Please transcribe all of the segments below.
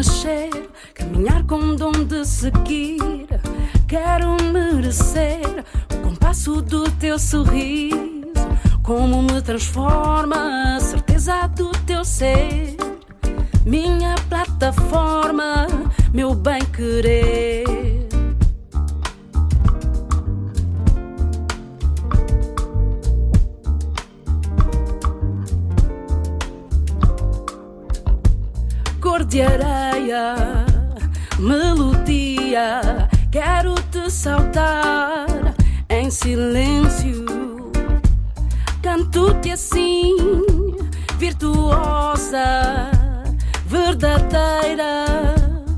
nascer, caminhar com um dom de seguir. Quero merecer o compasso do teu sorriso. Como me transforma a certeza do teu ser. Minha plataforma, meu bem-querer. Cor de areia, melodia, quero te saudar em silêncio. Canto-te assim, virtuosa, verdadeira.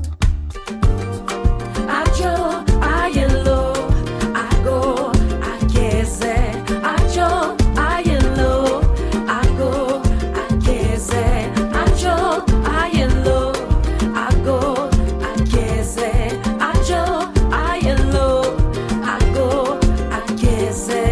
Ajo, ayelo, ago, aqueze. Ajo, ayelo, ago, aqueze. Ajo, ayelo, ago, aqueze. Ajo, ayelo, ago, aqueze.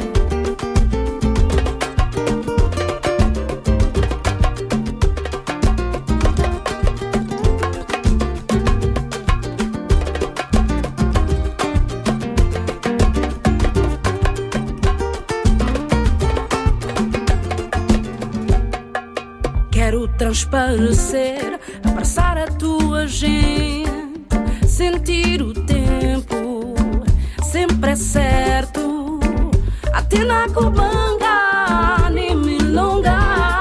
Quero transparecer, abraçar a tua gente, sentir o tempo, sempre é certo. Atena Kubanga, nem milonga.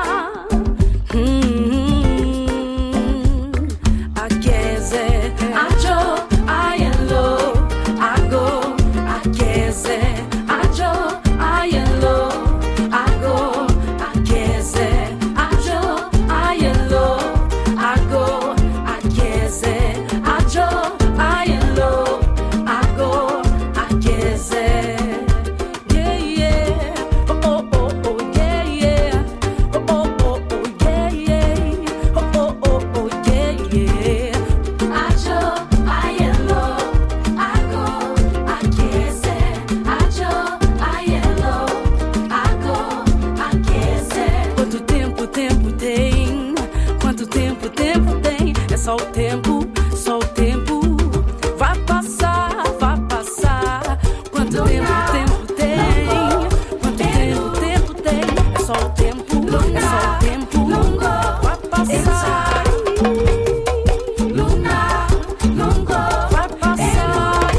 Aqueze, ajo, ayelo, ago, aqueze. Ajo, ayelo, ago, aqueze. Ajo, ayelo, ago, aqueze. Ajo, ayelo, ago, aqueze. Yeah, yeah. Oh, oh, oh, oh, yeah, yeah. Oh, oh, oh, oh, yeah, yeah. Oh, oh, oh, oh, yeah, yeah. Ajo, ayelo, ago, aqueze. Ajo, ayelo, ago, aqueze. Quanto tempo tem? Quanto tempo tem? É só o tempo, só o tempo. Vai passar, vai passar. Quanto tempo tem? Quanto tempo tem? É só o tempo, é só o tempo. Vai passar. Luna, lungo, vai passar.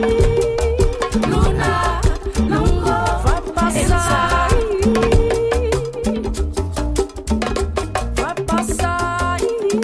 Luna, lungo, vai passar. Vai passar.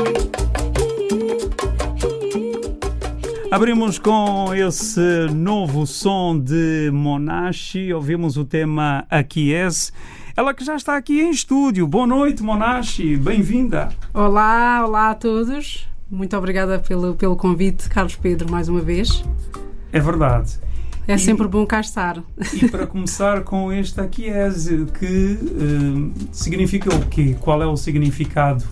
Abrimos com esse novo som de Monashi, ouvimos o tema Aquece. Ela que já está aqui em estúdio. Boa noite, Monashi, bem-vinda. Olá, olá a todos. Muito obrigada pelo convite, Carlos Pedro, mais uma vez. É verdade. É sempre bom cá estar. E para começar com este Aquece, que significa o quê? Qual é o significado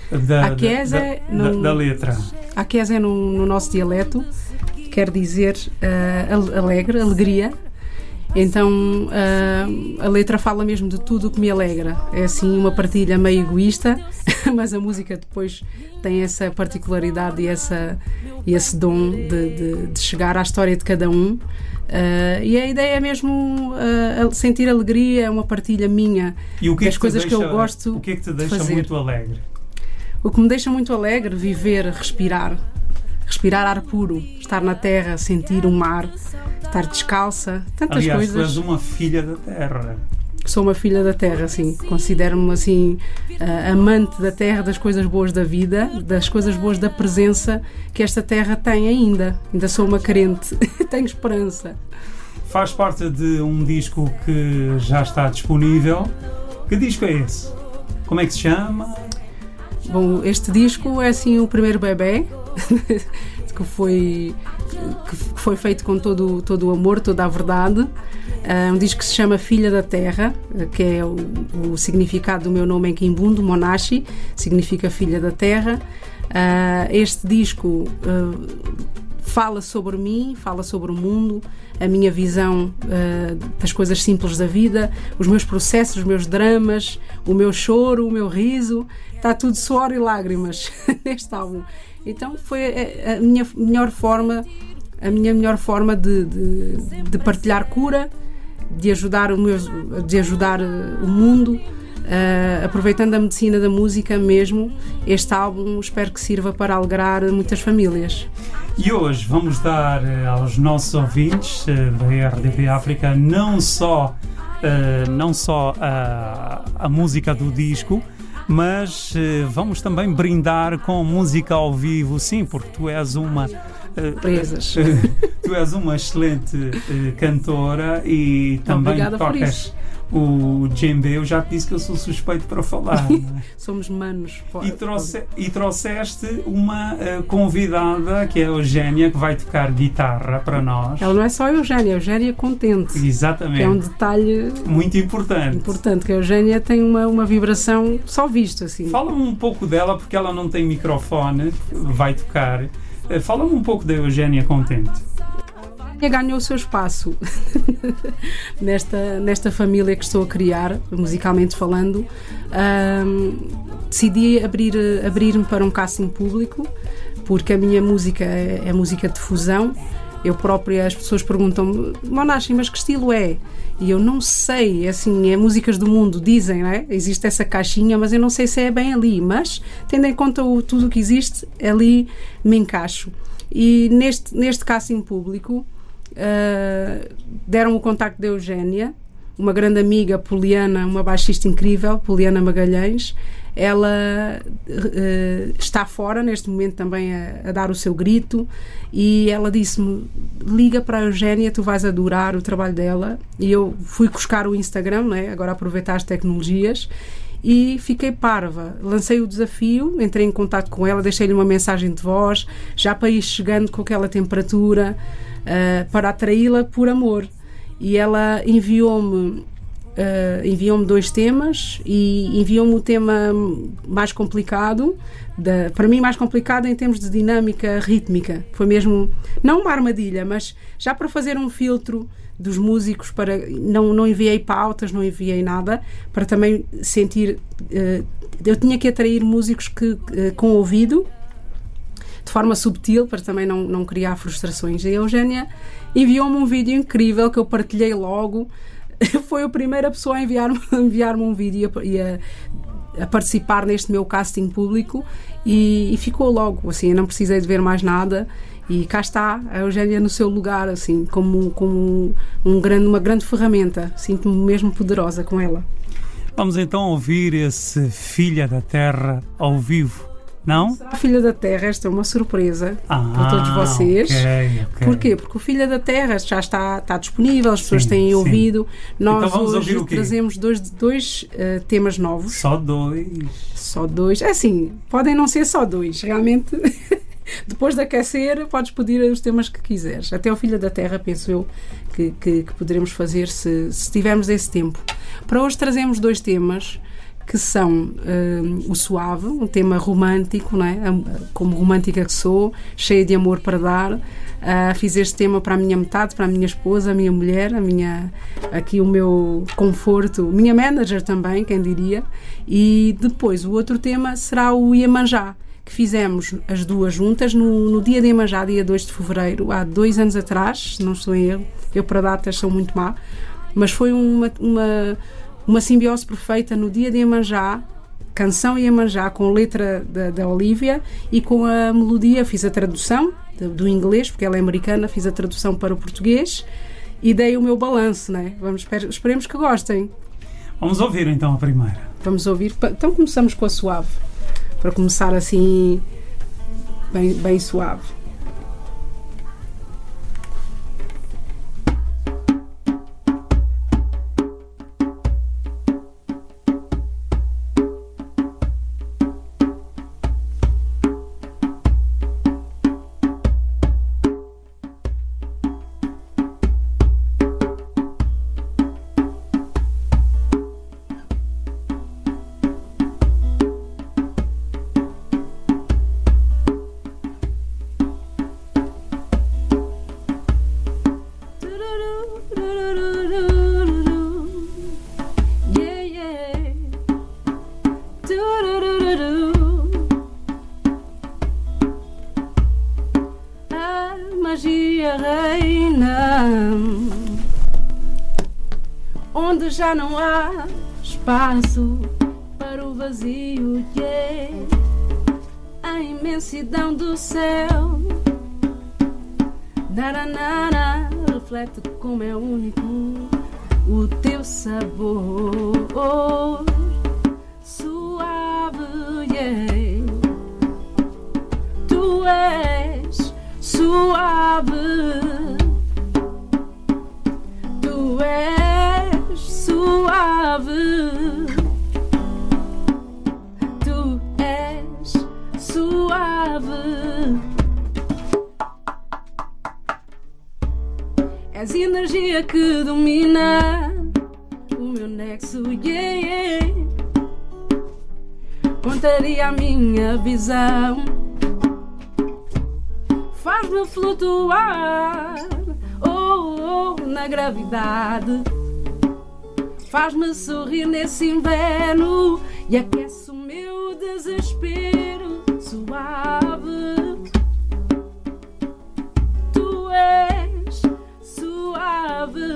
da letra? Aquece é no nosso dialeto, quer dizer alegre, alegria. Então a letra fala mesmo de tudo o que me alegra. É assim uma partilha meio egoísta, mas a música depois tem essa particularidade e esse dom de chegar à história de cada um. E a ideia é mesmo sentir alegria, é uma partilha minha das coisas que eu gosto de fazer. O que é que te deixa muito alegre? O que me deixa muito alegre, viver, respirar ar puro, estar na terra, sentir o mar, estar descalça, tantas coisas. Aliás, tu és uma filha da terra. Sou uma filha da terra, sim. Considero-me assim amante da terra, das coisas boas da vida, das coisas boas da presença que esta terra tem ainda. Ainda sou uma carente, tenho esperança. Faz parte de um disco que já está disponível. Que disco é esse? Como é que se chama? Bom, este disco é assim o primeiro bebê que foi feito com todo o amor, toda a verdade. Um disco que se chama Filha da Terra, que é o significado do meu nome em Quimbundo, Monashi, significa Filha da Terra. Este disco fala sobre mim, fala sobre o mundo, a minha visão das coisas simples da vida, os meus processos, os meus dramas, o meu choro, o meu riso, está tudo suor e lágrimas neste álbum. Então foi a minha melhor forma, de partilhar cura, de ajudar o mundo, aproveitando a medicina da música mesmo. Este álbum espero que sirva para alegrar muitas famílias. E hoje vamos dar aos nossos ouvintes da RDP África não só a música do disco, mas vamos também brindar com música ao vivo, sim, porque tu és uma tu és uma excelente cantora e também Obrigada tocas o djembe. Eu já te disse que eu sou suspeito para falar. Não é? Somos manos. E trouxeste uma convidada, que é a Eugénia, que vai tocar guitarra para nós. Ela não é só a Eugénia, é a Eugénia Contente. Exatamente. Que é um detalhe muito importante. Que a Eugénia tem uma vibração só visto assim. Fala-me um pouco dela, porque ela não tem microfone, vai tocar. Fala-me um pouco da Eugénia Contente. Ganhou o seu espaço nesta família que estou a criar, musicalmente falando. Decidi abrir-me para um casting público, porque a minha música é música de fusão. Eu própria, as pessoas perguntam-me: Monashi, mas que estilo é? E eu não sei, é assim, é músicas do mundo, dizem, não é? Existe essa caixinha, mas eu não sei se é bem ali, mas tendo em conta tudo o que existe, ali me encaixo. E neste casting público deram o contacto da Eugénia, uma grande amiga, Poliana, uma baixista incrível, Poliana Magalhães. Ela está fora neste momento também a dar o seu grito, e ela disse-me: liga para a Eugénia, tu vais adorar o trabalho dela. E eu fui buscar o Instagram, não é? Agora aproveitar as tecnologias, e fiquei parva. Lancei o desafio, entrei em contato com ela, deixei-lhe uma mensagem de voz, já para ir chegando com aquela temperatura, para atraí-la por amor. E ela enviou-me 2 temas, e enviou-me o tema mais complicado, para mim mais complicado em termos de dinâmica rítmica. Foi mesmo, não uma armadilha, mas já para fazer um filtro dos músicos, não enviei pautas, não enviei nada, para também sentir, eu tinha que atrair músicos com ouvido, de forma subtil, para também não criar frustrações. E a Eugénia enviou-me um vídeo incrível que eu partilhei logo. Foi a primeira pessoa a enviar-me um vídeo e a participar neste meu casting público, e ficou logo, assim, eu não precisei de ver mais nada, e cá está a Eugénia no seu lugar, assim, como uma grande ferramenta. Sinto-me mesmo poderosa com ela. Vamos então ouvir esse Filha da Terra ao vivo. Não? A Filha da Terra, esta é uma surpresa para todos vocês. Okay. Porquê? Porque o Filha da Terra já está disponível, as pessoas têm ouvido. Nós então hoje trazemos dois temas novos. Só dois? Só 2. É assim, podem não ser só 2. Realmente, depois de aquecer, podes pedir os temas que quiseres. Até o Filha da Terra, penso eu, que poderemos fazer se tivermos esse tempo. Para hoje trazemos 2 temas, que são o Suave, um tema romântico, não é? Como romântica que sou, cheia de amor para dar. Fiz este tema para a minha metade, para a minha esposa, a minha mulher, aqui o meu conforto, minha manager também, quem diria. E depois o outro tema será o Iemanjá, que fizemos as duas juntas no dia de Iemanjá, dia 2 de fevereiro, há 2 anos atrás, se não estou em erro. Eu para datas sou muito má, mas foi uma simbiose perfeita no dia de Iemanjá, canção Iemanjá com letra da Olivia e com a melodia. Fiz a tradução do inglês, porque ela é americana, fiz a tradução para o português e dei o meu balanço, né? Esperemos que gostem. Vamos ouvir então a primeira. Vamos ouvir. Então começamos com a Suave, para começar assim bem suave. já não há espaço para o vazio, yeah. A imensidão do céu, daranara, reflete como é único o teu sabor suave, yeah. Tu és suave, tu és suave, tu és suave. És energia que domina o meu nexo, yeah. Contaria a minha visão, faz-me flutuar, oh, oh, na gravidade. Faz-me sorrir nesse inverno e aquece o meu desespero suave. Tu és suave,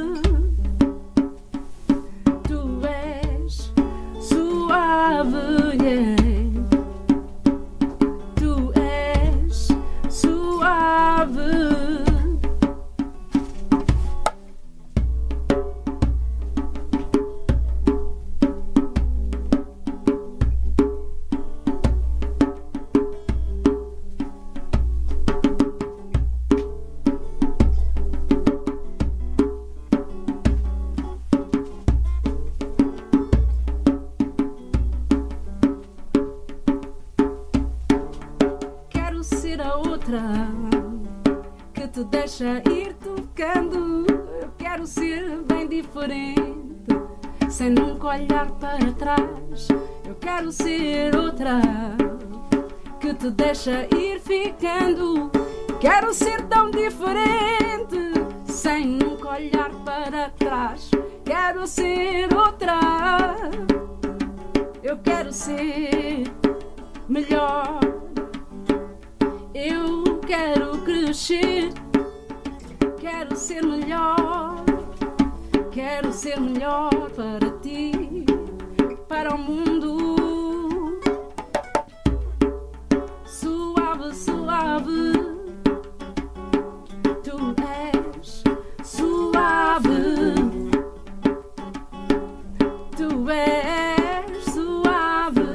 tu és suave, yeah. Tu és suave. Que te deixa ir tocando. Eu quero ser bem diferente, sem nunca olhar para trás. Eu quero ser outra que te deixa ir ficando. Quero ser tão diferente, sem nunca olhar para trás. Quero ser outra. Eu quero ser melhor. Eu quero crescer, quero ser melhor, quero ser melhor para ti, para o mundo. Suave, suave, tu és suave, tu és suave.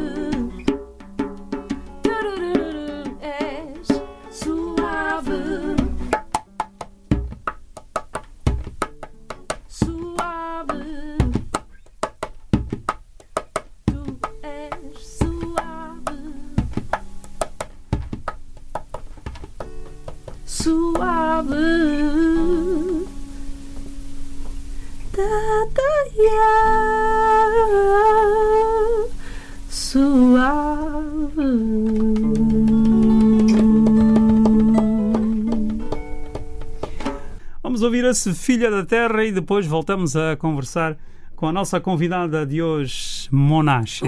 Suave, da da ya, suave. Vamos ouvir esse Filha da Terra e depois voltamos a conversar com a nossa convidada de hoje, Monache.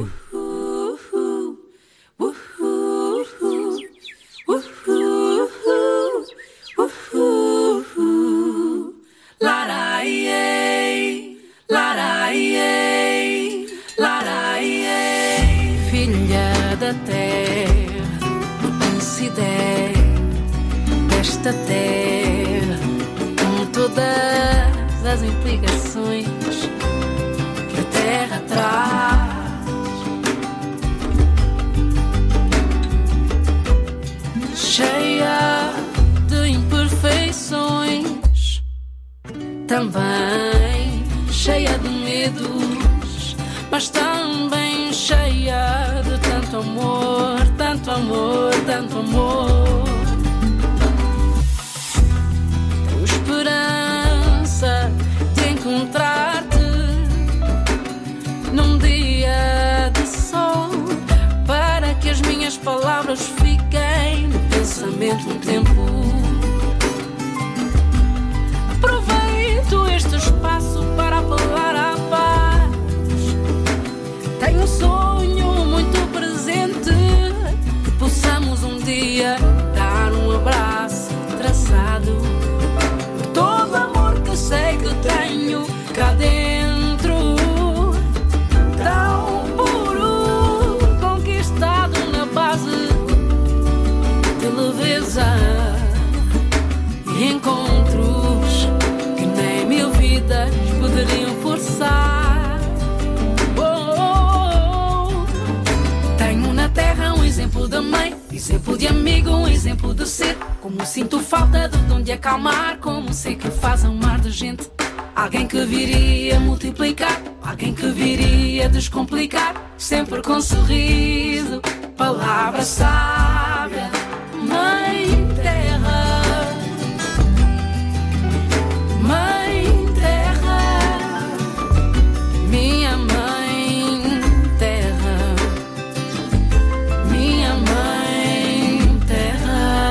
Filha da terra, considere desta terra com todas as implicações que a terra traz, cheia de imperfeições, também cheia de medos, mas também cheia de tanto amor, tanto amor, tanto amor. Tenho esperança de encontrar-te num dia de sol, para que as minhas palavras fiquem no pensamento um tempo. Aproveito este espaço para apelar à paz. Tenho um sonho muito presente, que possamos um dia dar um abraço traçado por todo o amor que sei que tenho cá dentro. exemplo de amigo, um exemplo de ser. Como sinto falta do dom de acalmar, como sei que faz um mar de gente. Alguém que viria multiplicar, alguém que viria descomplicar, sempre com sorriso, palavra sábia. Mãe terra, mãe terra, minha mãe terra, minha mãe terra.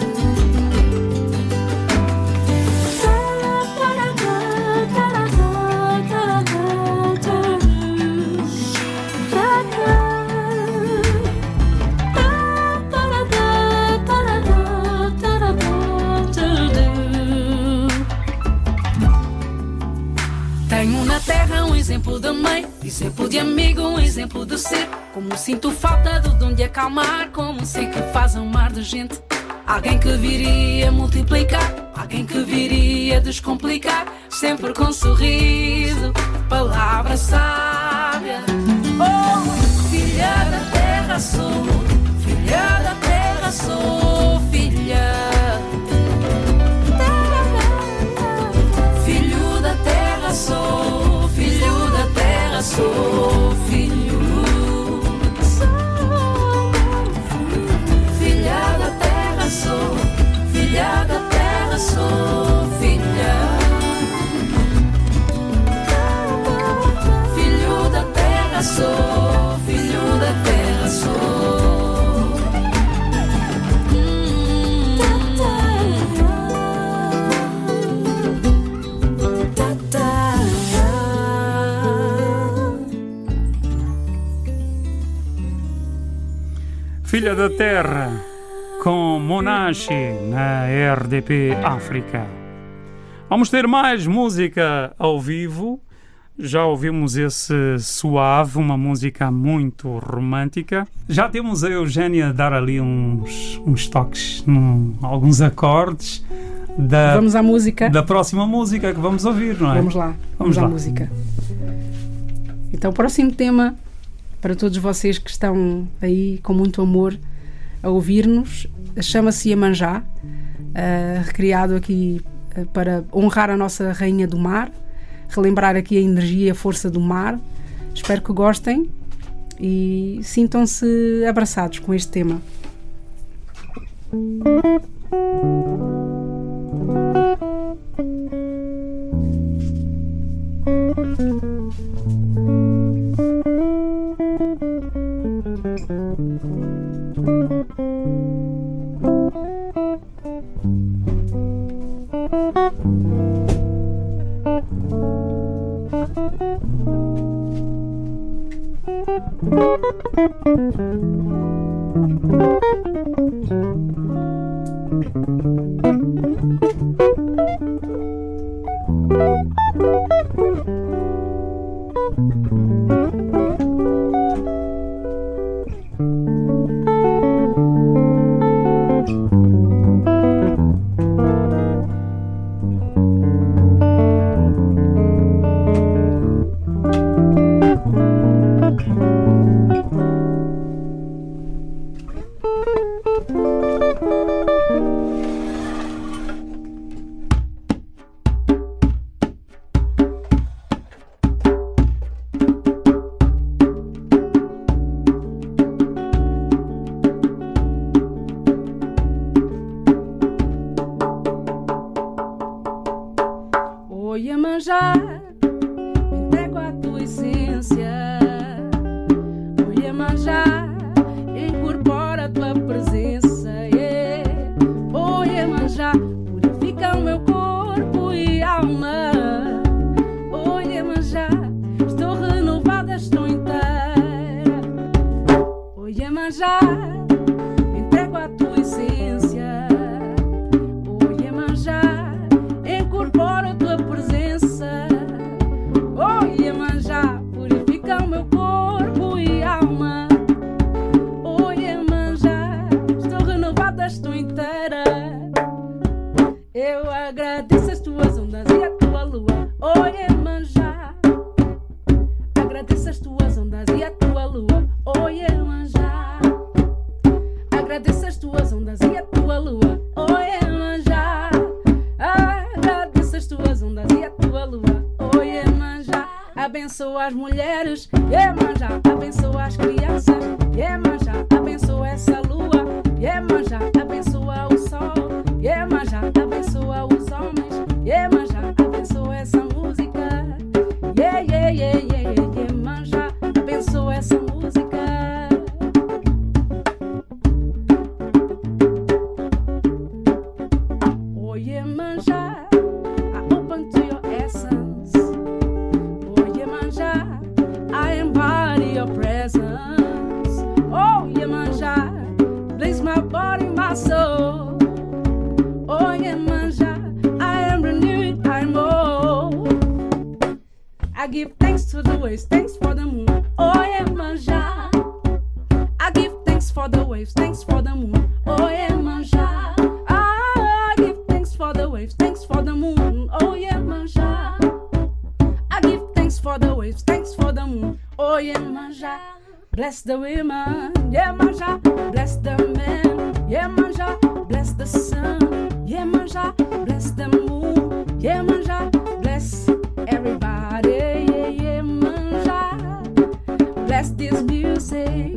Tenho na terra um exemplo de mãe, exemplo de amigo, um exemplo de ser. Como sinto falta do dom de acalmar, como sei que faz um mar de gente. Alguém que viria multiplicar, alguém que viria descomplicar, sempre com sorriso, palavra sábia. Oh, filha da terra sou, filha da terra sou, filha. Filho da terra sou, filho da terra sou, filho. Filha da terra sou, filha da terra sou, filha. Filho da terra sou, filho da terra sou. Filha da Terra, com Monashi na RDP África. Vamos ter mais música ao vivo. Já ouvimos esse Suave, uma música muito romântica. Já temos a Eugénia a dar ali uns toques, alguns acordes Vamos à música. Da próxima música que vamos ouvir, não é? Vamos lá, vamos à música. Então, o próximo tema, para todos vocês que estão aí com muito amor a ouvir-nos, chama-se Iemanjá, recriado aqui para honrar a nossa Rainha do Mar, relembrar aqui a energia e a força do mar. Espero que gostem e sintam-se abraçados com este tema. Iemanjá, entrego a tua essência. Oh Iemanjá, incorpora a tua presença. Oh Iemanjá, purifica o meu corpo e alma. Oh Iemanjá, estou renovada, estou inteira. Oh Iemanjá, entrego a tua essência. Oh Iemanjá, incorpora a tua presença. Oh Iemanjá, purifica o meu corpo e alma. Oh Iemanjá, estou renovada, estou inteira. Eu agradeço as tuas ondas e a tua lua. Oh Iemanjá, agradeço as tuas ondas e a tua lua. Oh Iemanjá, Agradeço as tuas ondas e a tua lua. Oh, Iemanjá. Agradeço as tuas ondas e a tua lua. Oh, Iemanjá. Abençoa as mulheres. Iemanjá. Abençoa as crianças. Iemanjá. Abençoa essa lua. Iemanjá. Abençoa o sol. Iemanjá. Abençoa os homens. Iemanjá. Abençoa essa música. Yeah, yeah, yeah, yeah, yeah. Iemanjá. Abençoa essa música. Oh, Iemanjá. I open to your essence. Oh, Iemanjá. I embody your presence. Oh, Iemanjá. Bless my body, my soul. Oh, Iemanjá. I am renewed, I'm old. I give thanks to the waves, thanks for the moon. Oh, Iemanjá. I give thanks for the waves, thanks for the moon. Oh, Iemanjá. I give thanks for the waves, thanks for the moon. Oh, Iemanjá. I give thanks for the waves, thanks for the moon. Oh, Iemanjá. Bless the women, Iemanjá. Bless the men, Iemanjá. Bless the sun, Iemanjá. Bless the moon, Iemanjá. Bless everybody, Iemanjá. Bless this music.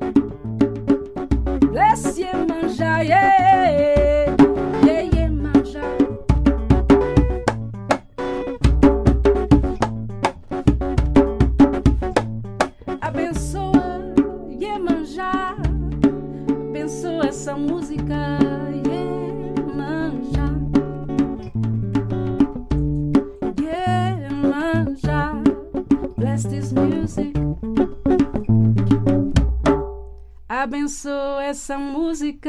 Bless Iemanjá, yeah, yeah, Iemanjá. Abençoa Iemanjá. Abençoa essa música, Iemanjá. Iemanjá. Bless this music. Abençoa essa música.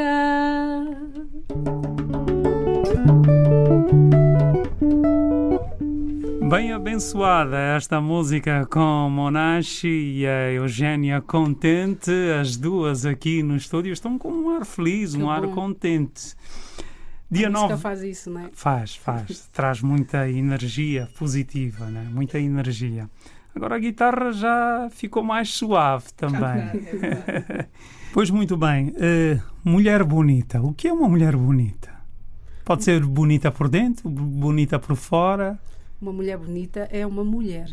Bem abençoada esta música com Monashi e a Eugénia Contente. As duas aqui no estúdio estão com um ar feliz, um ar contente. Dia 9. A faz isso, não é? Faz. Traz muita energia positiva, né? Muita energia. Agora a guitarra já ficou mais suave também. Pois muito bem. Mulher bonita. O que é uma mulher bonita? Pode ser bonita por dentro, bonita por fora. Uma mulher bonita é uma mulher.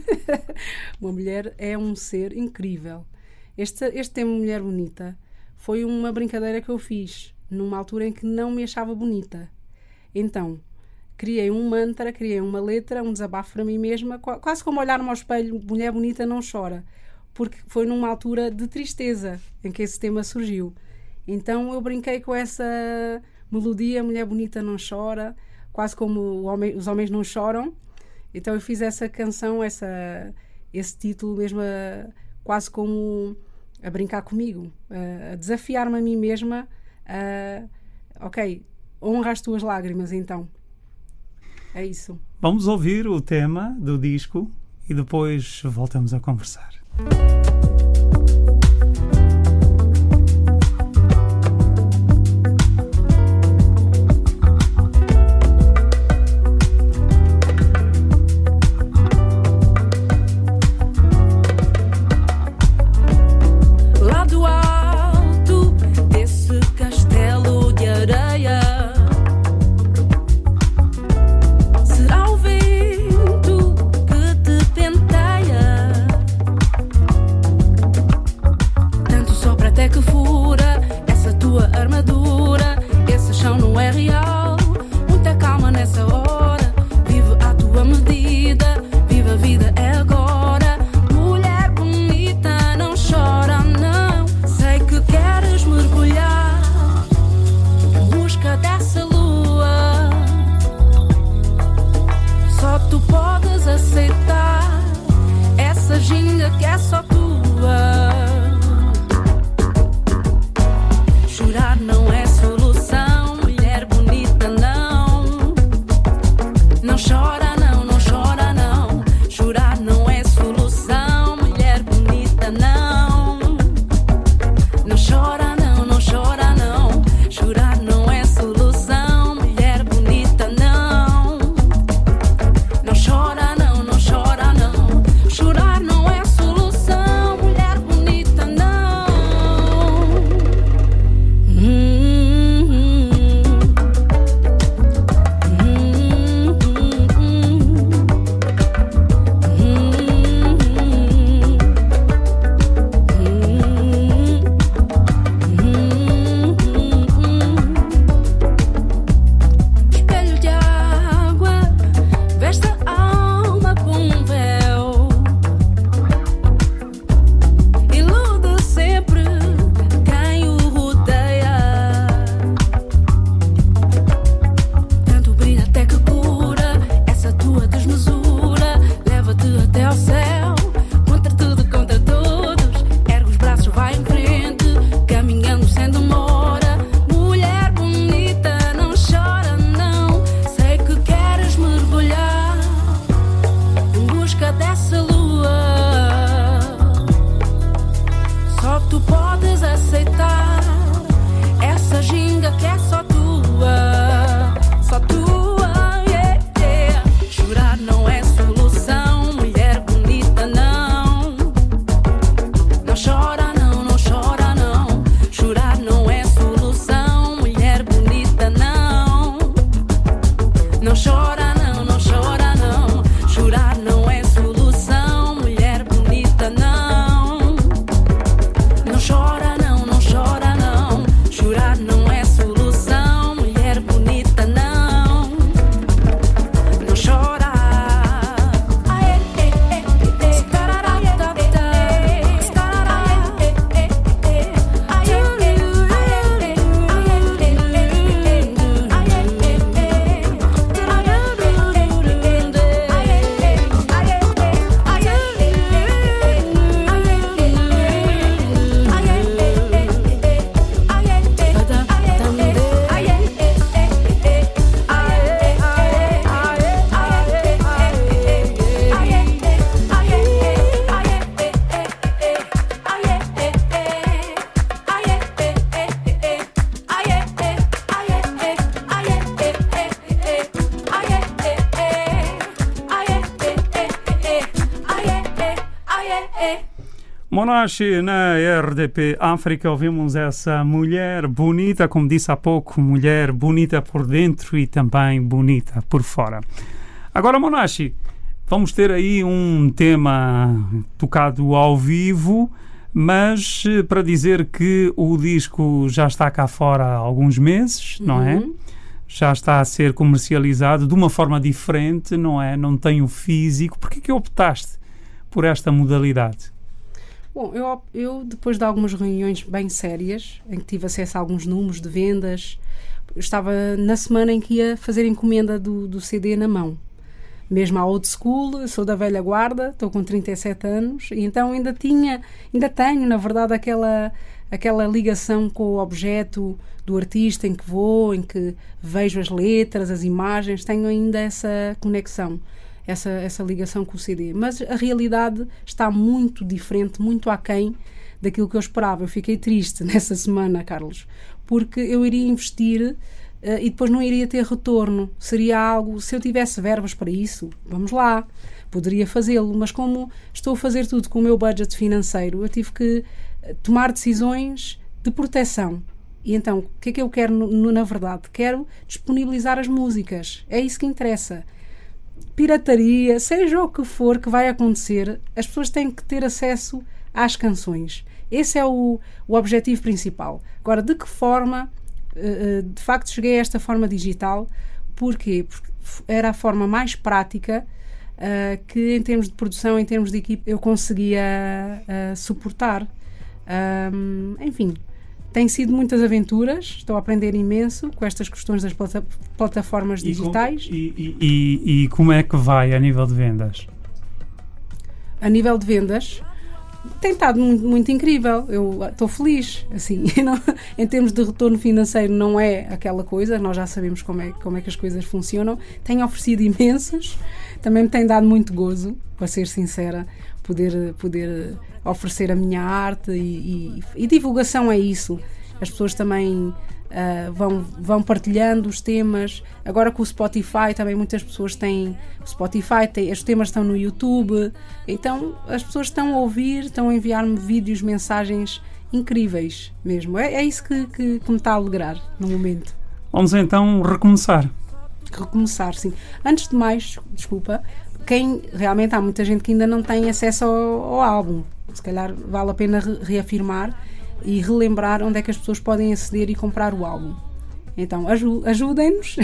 Uma mulher é um ser incrível. Este tema mulher bonita foi uma brincadeira que eu fiz numa altura em que não me achava bonita. Então, criei um mantra, criei uma letra, um desabafo para mim mesma, quase como olhar-me ao espelho, mulher bonita não chora, porque foi numa altura de tristeza em que esse tema surgiu. Então eu brinquei com essa melodia, mulher bonita não chora, quase como os homens não choram. Então eu fiz essa canção, esse título mesmo, quase como a brincar comigo, a desafiar-me a mim mesma, ok, honra as tuas lágrimas então. É isso. Vamos ouvir o tema do disco e depois voltamos a conversar. Chorar não é solução. Monashi na RDP África, ouvimos essa mulher bonita, como disse há pouco, mulher bonita por dentro e também bonita por fora. Agora, Monashi, vamos ter aí um tema tocado ao vivo, mas para dizer que o disco já está cá fora há alguns meses, não é? Já está a ser comercializado de uma forma diferente, não é? Não tem o físico. Por que optaste por esta modalidade? Bom, eu depois de algumas reuniões bem sérias, em que tive acesso a alguns números de vendas, eu estava na semana em que ia fazer encomenda do CD na mão. Mesmo à old school, sou da velha guarda, estou com 37 anos, e então ainda tenho, na verdade, aquela ligação com o objeto do artista em que vou, em que vejo as letras, as imagens, tenho ainda essa conexão. Essa ligação com o CD. Mas a realidade está muito diferente, muito aquém daquilo que eu esperava. Eu fiquei triste nessa semana, Carlos, porque eu iria investir e depois não iria ter retorno. Seria algo, se eu tivesse verbas para isso, vamos lá, poderia fazê-lo, mas como estou a fazer tudo com o meu budget financeiro, eu tive que tomar decisões de proteção. E então, o que é que eu quero na verdade? Quero disponibilizar as músicas. É isso que interessa. Pirataria, seja o que for que vai acontecer, as pessoas têm que ter acesso às canções. Esse é o objetivo principal. Agora, de que forma, de facto, cheguei a esta forma digital? Porquê? Porque era a forma mais prática que, em termos de produção, em termos de equipe, eu conseguia suportar. Enfim, tem sido muitas aventuras, estou a aprender imenso com estas questões das plataformas digitais. E como é que vai a nível de vendas? A nível de vendas, tem estado muito incrível. Eu estou feliz. Assim, em termos de retorno financeiro, não é aquela coisa, nós já sabemos como é que as coisas funcionam. Tenho oferecido imensos, também me tem dado muito gozo, para ser sincera, poder oferecer a minha arte e divulgação é isso. As pessoas também vão partilhando os temas. Agora com o Spotify também muitas pessoas têm o Spotify, os temas estão no YouTube, então as pessoas estão a ouvir, estão a enviar-me vídeos, mensagens incríveis mesmo. É isso que me está a alegrar no momento. Vamos então recomeçar, sim. Antes de mais, desculpa, realmente há muita gente que ainda não tem acesso ao álbum. Se calhar vale a pena reafirmar e relembrar onde é que as pessoas podem aceder e comprar o álbum. Então ajudem-nos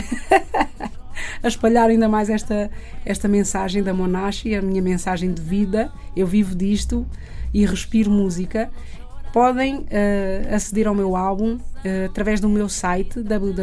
a espalhar ainda mais esta mensagem da Monashi, a minha mensagem de vida. Eu vivo disto e respiro música. Podem aceder ao meu álbum através do meu site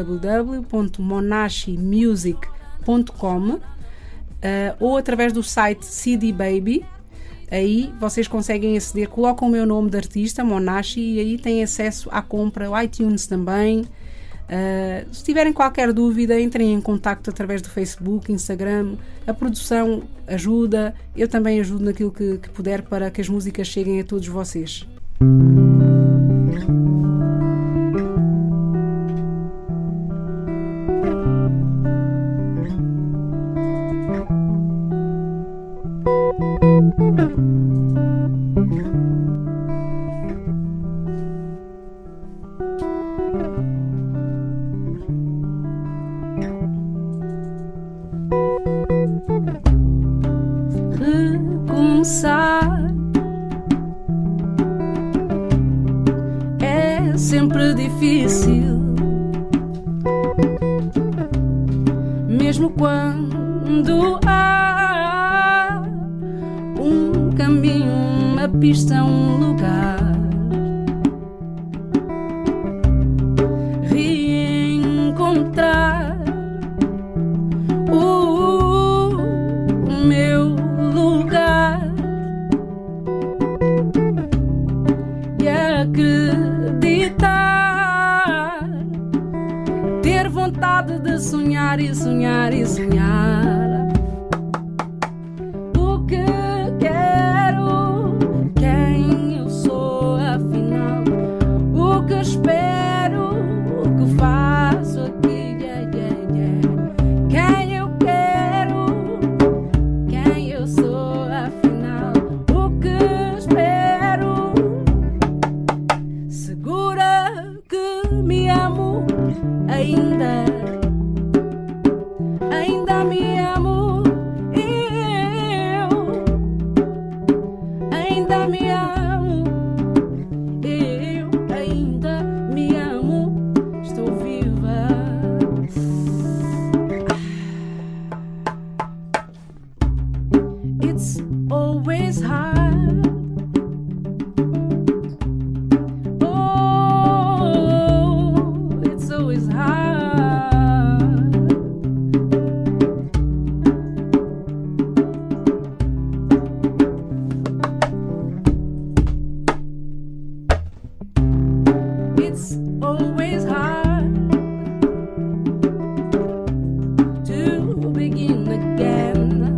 www.monashimusic.com ou através do site CD Baby. Aí vocês conseguem aceder, colocam o meu nome de artista, Monashi, e aí têm acesso à compra, o iTunes também. Se tiverem qualquer dúvida, entrem em contacto através do Facebook, Instagram. A produção ajuda, eu também ajudo naquilo que puder para que as músicas cheguem a todos vocês. Recomeçar é sempre difícil, mesmo quando há um caminho, uma pista, um lugar. Reencontrar o meu lugar e acreditar, ter vontade de sonhar e sonhar e sonhar. O que quero, quem eu sou afinal, o que espero, o que faço aqui, quem eu quero, quem eu sou afinal, o que amo, eu ainda me amo, estou viva. It's always hard. Oh, it's always hard. It's always hard to begin again.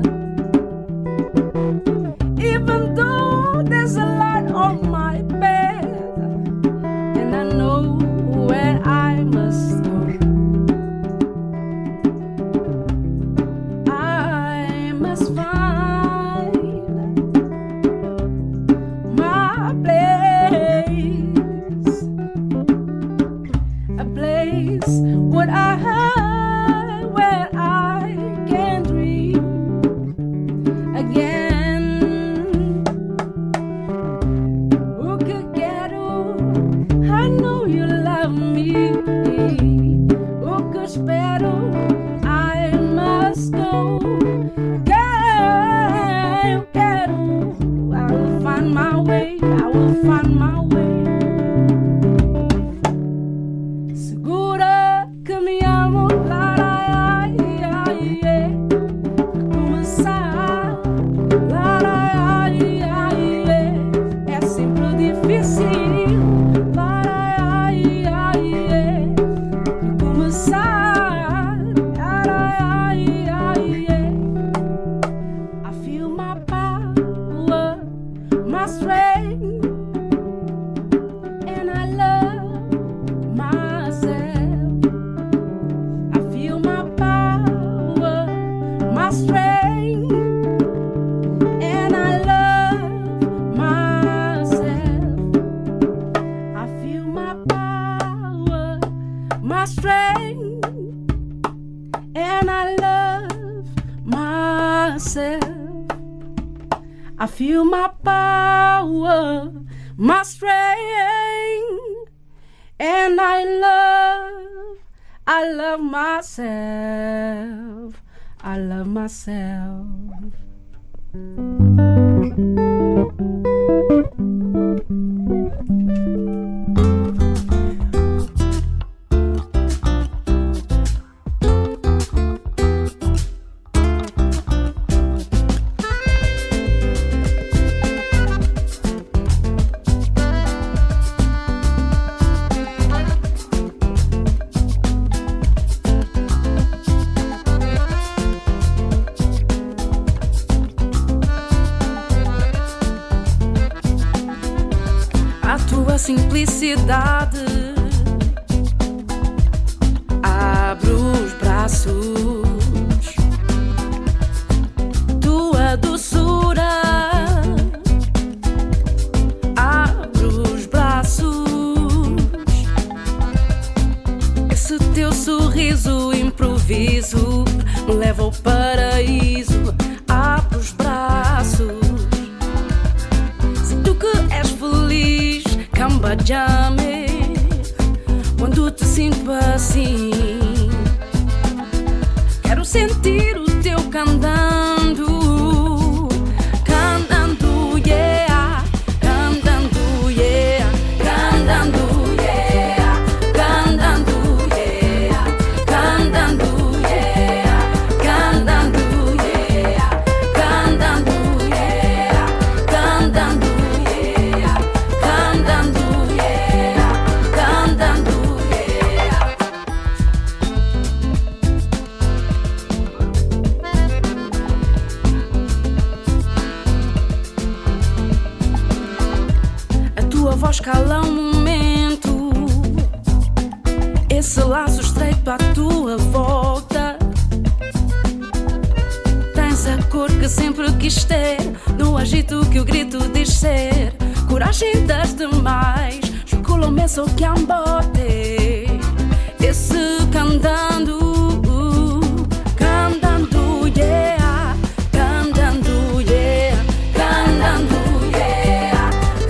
Even though there's a light on my bed, and I know where I must go, I must find my place, a place where I can dream again. O que quero, I know you love me. O que espero, I must go. Eu quero, I will find my way, I will find my way. Segura que me amo, começar, é sempre difícil, começar, I feel my power, my strength, and I love myself. I feel my power, my strength, and I love myself. I feel my power, my strength, and I love myself. I feel my power, my strength, and I love myself. I love myself. A tua simplicidade abre os braços, tua doçura abre os braços, esse teu sorriso improviso me leva ao paraíso. Abre os braços, se tu que és feliz, cambajame, quando te sinto assim, quero sentir o teu cantando, cantando, yeah, cantando, yeah, cantando, yeah, cantando, yeah, cantando, yeah, cantando, yeah, cantando, yeah, cantando, yeah, cantando, yeah, cantando, yeah. A tua voz cala um momento, esse laço estreito à tua volta. Tens a cor que sempre quis ter, no agito que o grito diz ser. Coragem das demais, chocolate so chiambote. Esse cantando, cantando, yeah, cantando, yeah, cantando, yeah,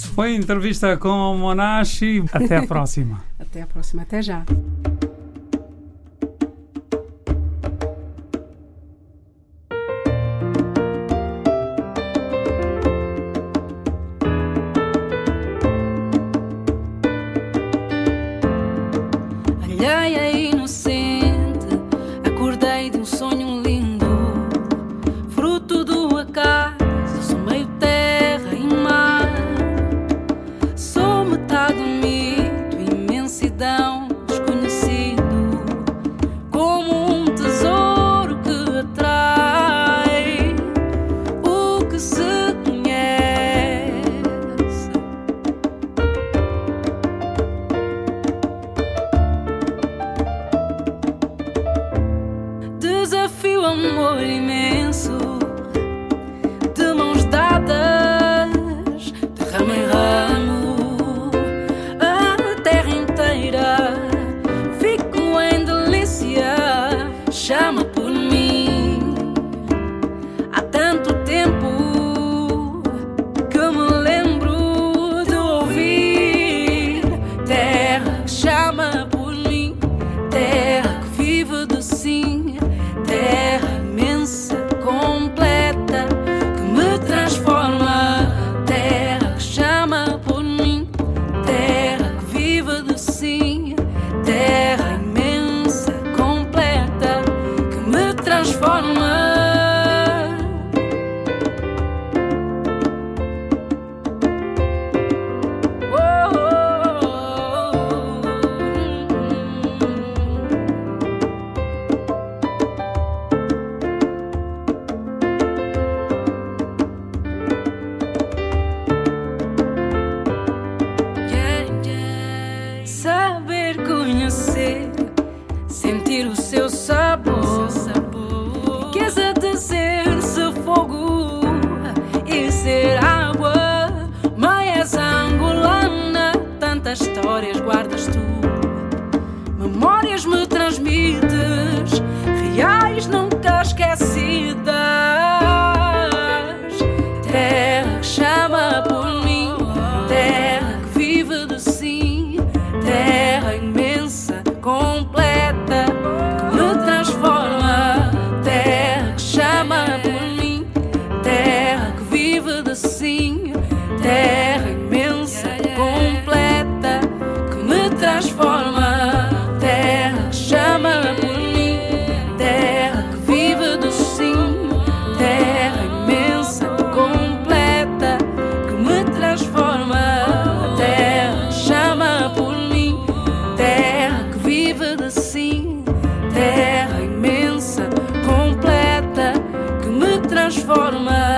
Foi entrevista com o Monashi. Até a próxima. Até a próxima. Até já. Alheia e inocente, acordei de um sonho lindo, fruto do acaso, sou meio terra e mar. Sou metade mito, imensidão, desconhecido, como um tesouro que atrai o que se conhece. Desafio amor imenso, de mãos dadas, de ramo em ramo, a terra inteira. Fico em delícia, chama por mim. Há tanto tempo que me lembro de ouvir. Terra que chama por mim, terra que vive de sim. Terra imensa, completa, que me transforma. Terra que chama por mim, terra que vive de sim. Terra imensa, completa, que me transforma. Saber conhecer, sentir o seu sabor, riqueza de ser-se fogo e ser água. Maias angolana, tantas histórias guardas tu, memórias me transmites, reais nunca esquecidas. Terra que chama por mim, terra que vive de sim. Terra imensa, completa, que me transforma. Terra que chama por mim, terra que vive de sim. Terra imensa, completa, que me transforma. Terra que chama por mim, terra que vive de sim. Terra imensa, completa, que me transforma. Terra que chama por mim, terra que vive de sim. Terra imensa, completa, que me transforma.